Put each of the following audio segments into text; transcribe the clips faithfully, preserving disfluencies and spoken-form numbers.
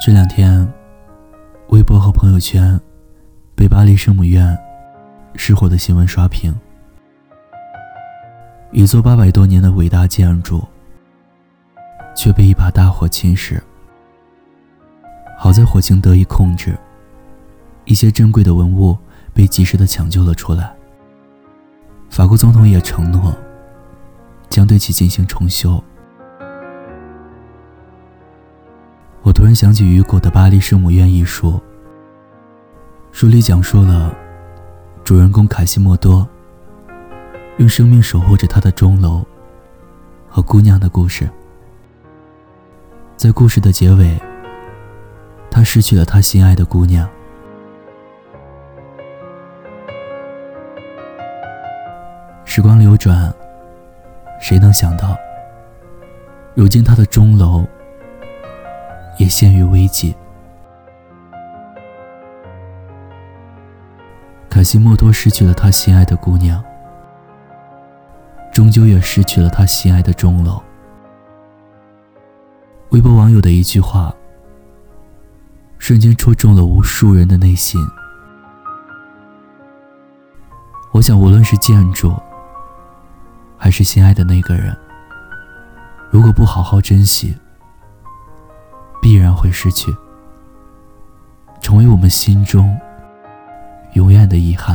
这两天，微博和朋友圈被巴黎圣母院失火的新闻刷屏。一座八百多年的伟大建筑，却被一把大火侵蚀。好在火情得以控制，一些珍贵的文物被及时的抢救了出来。法国总统也承诺将对其进行重修。我突然想起雨果的《巴黎圣母院》一书，书里讲述了主人公卡西莫多用生命守护着他的钟楼和姑娘的故事。在故事的结尾，他失去了他心爱的姑娘。时光流转，谁能想到，如今他的钟楼也陷于危机。卡西莫多失去了他心爱的姑娘，终究也失去了他心爱的钟楼。微博网友的一句话，瞬间戳中了无数人的内心。我想，无论是建筑，还是心爱的那个人，如果不好好珍惜，必然会失去，成为我们心中永远的遗憾。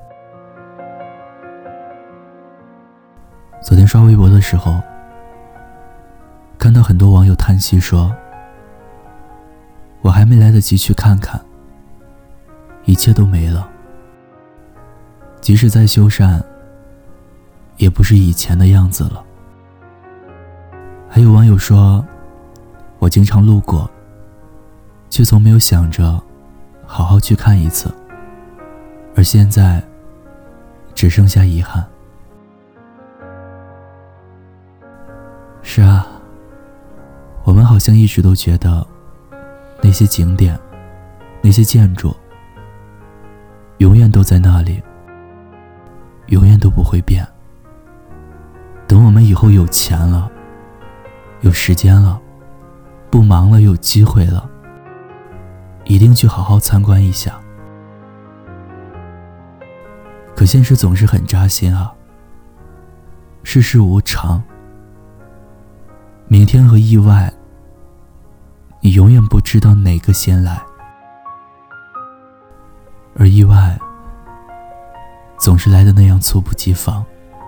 昨天刷微博的时候，看到很多网友叹息说，我还没来得及去看看，一切都没了。即使再修缮，也不是以前的样子了。还有网友说，我经常路过，却从没有想着好好去看一次，而现在只剩下遗憾。是啊，我们好像一直都觉得那些景点，那些建筑永远都在那里，永远都不会变。等我们以后有钱了，有时间了，不忙了，有机会了，一定去好好参观一下。可现实总是很扎心啊，世事无常，明天和意外，你永远不知道哪个先来，而意外总是来的那样猝不及防。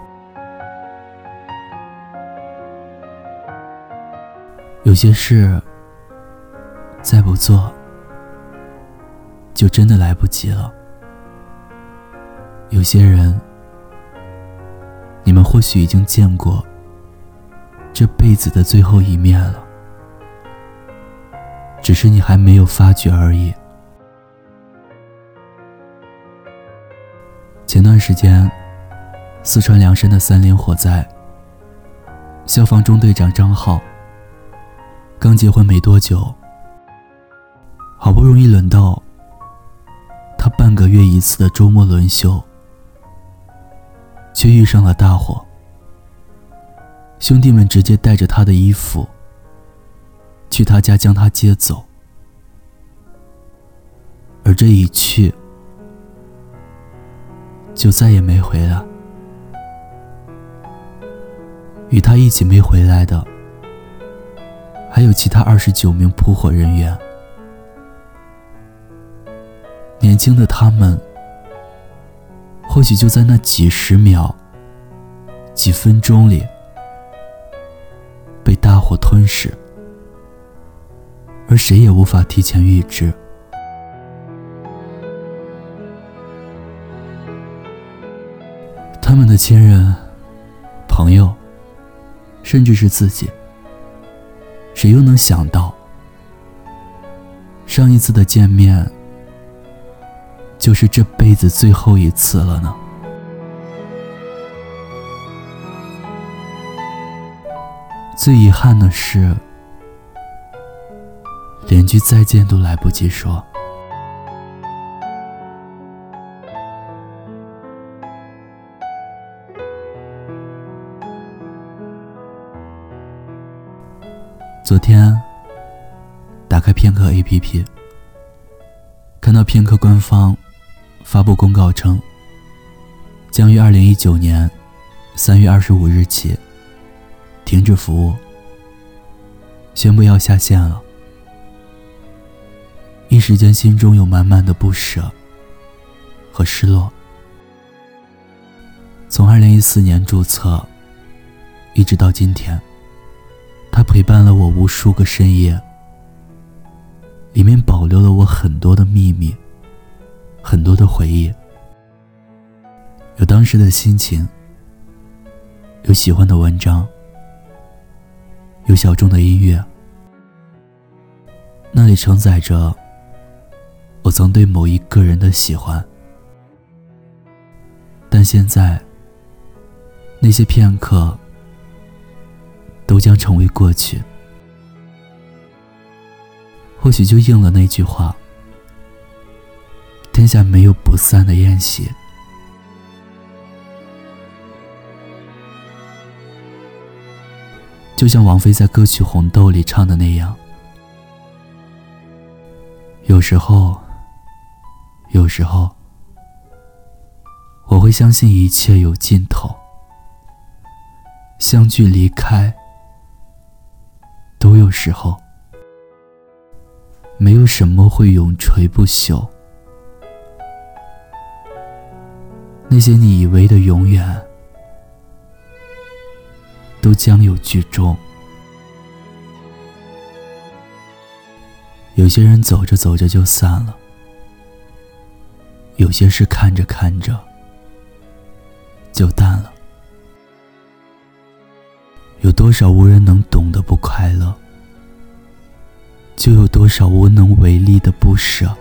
有些事再不做，就真的来不及了。有些人，你们或许已经见过这辈子的最后一面了，只是你还没有发觉而已。前段时间，四川凉山的三连火灾，消防中队长张浩刚结婚没多久，好不容易轮到他半个月一次的周末轮休，却遇上了大火。兄弟们直接带着他的衣服去他家将他接走，而这一去就再也没回来。与他一起没回来的还有其他二十九名扑火人员。年轻的他们或许就在那几十秒几分钟里被大火吞噬，而谁也无法提前预知。他们的亲人、朋友，甚至是自己，谁又能想到，上一次的见面就是这辈子最后一次了呢？最遗憾的是，连句再见都来不及说。昨天打开片刻 A P P， 看到片刻官方发布公告称，将于二零一九年三月二十五日起停止服务，宣布要下线了。一时间心中有满满的不舍和失落。从二零一四年注册一直到今天，它陪伴了我无数个深夜，里面保留了我很多的秘密，很多的回忆，有当时的心情，有喜欢的文章，有小众的音乐。那里承载着我曾对某一个人的喜欢，但现在那些片刻都将成为过去。或许就应了那句话，天下没有不散的宴席。就像王菲在歌曲《红豆》里唱的那样，有时候有时候我会相信一切有尽头，相聚离开都有时候，没有什么会永垂不朽。那些你以为的永远，都将有剧终。有些人走着走着就散了，有些事看着看着就淡了。有多少无人能懂的不快乐，就有多少无能为力的不舍。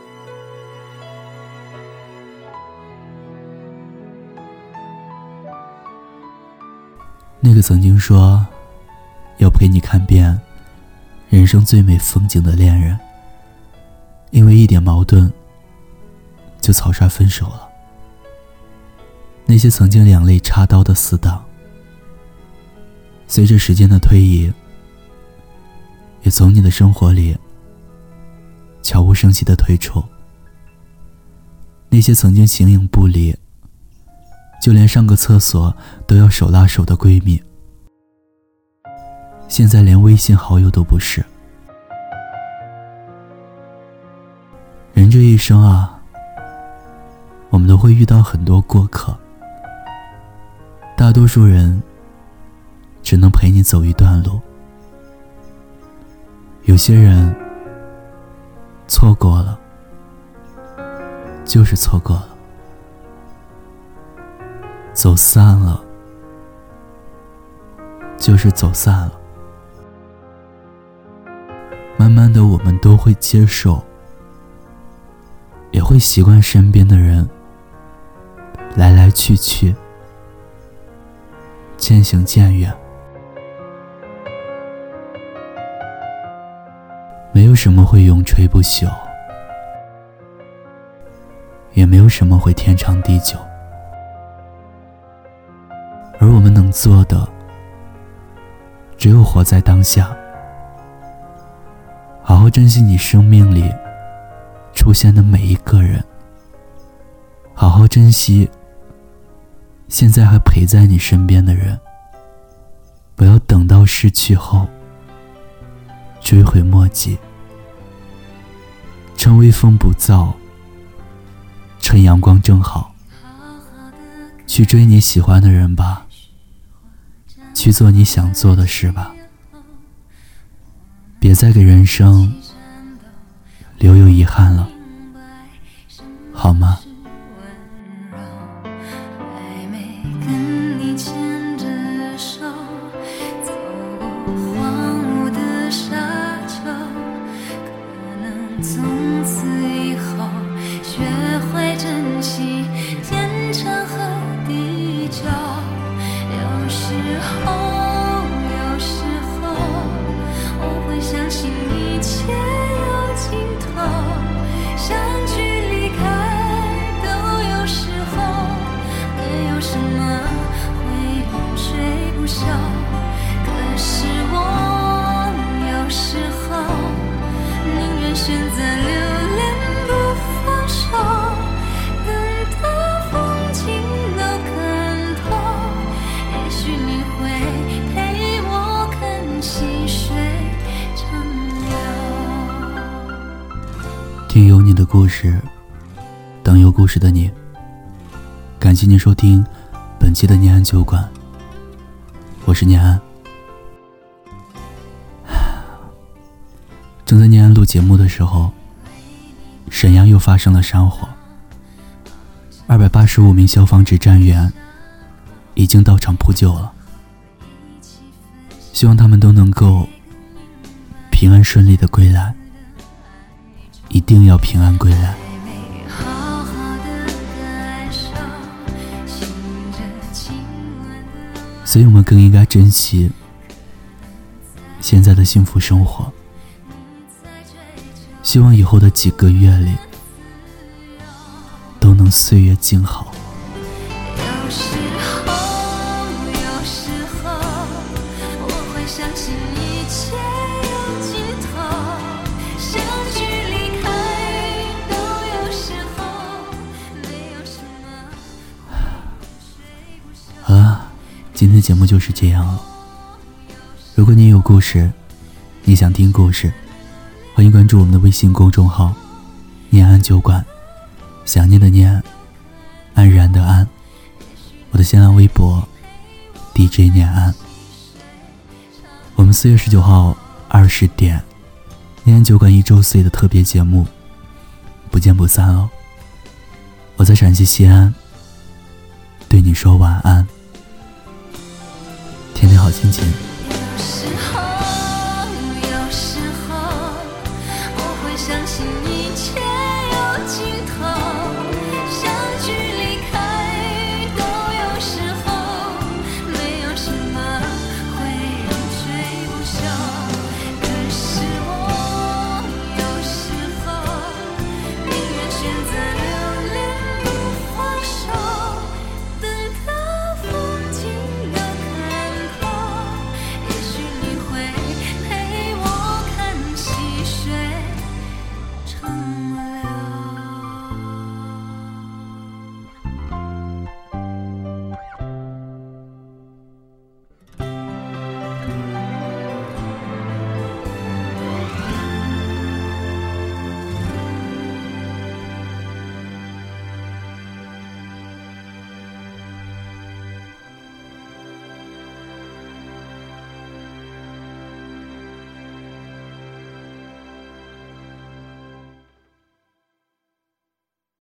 那个曾经说要陪你看遍人生最美风景的恋人，因为一点矛盾就草率分手了。那些曾经两肋插刀的死党，随着时间的推移，也从你的生活里悄无声息地退出。那些曾经形影不离，就连上个厕所都要手拉手的闺蜜，现在连微信好友都不是。人这一生啊，我们都会遇到很多过客，大多数人只能陪你走一段路。有些人错过了就是错过了，走散了就是走散了。慢慢的我们都会接受，也会习惯身边的人来来去去，渐行渐远。没有什么会永垂不朽，也没有什么会天长地久。而我们能做的，只有活在当下，好好珍惜你生命里出现的每一个人，好好珍惜现在还陪在你身边的人，不要等到失去后追悔莫及。趁微风不燥，趁阳光正好，去追你喜欢的人吧，去做你想做的事吧，别再给人生留有遗憾了，好吗？ 从此以后学会珍惜天长和地久，有时候有时候我会相信一切有尽头，相聚离开是等有故事的你。感谢您收听本期的念安酒馆，我是念安。正在念安录节目的时候，沈阳又发生了山火，二百八十五名消防执战员已经到场扑救了，希望他们都能够平安顺利的归来，一定要平安归来。所以我们更应该珍惜现在的幸福生活，希望以后的几个月里都能岁月静好。 有时候有时候我会相信一切有尽头，相聚离开都有时候，没有什么。 好了，今天节目就是这样了。如果你有故事，你想听故事，欢迎关注我们的微信公众号念安酒馆，想念的念，安然的安。我的新浪微博 D J 念安。我们四月十九号二十点念安酒馆一周岁的特别节目，不见不散哦。我在陕西西安对你说晚安，天天好心情。 有时候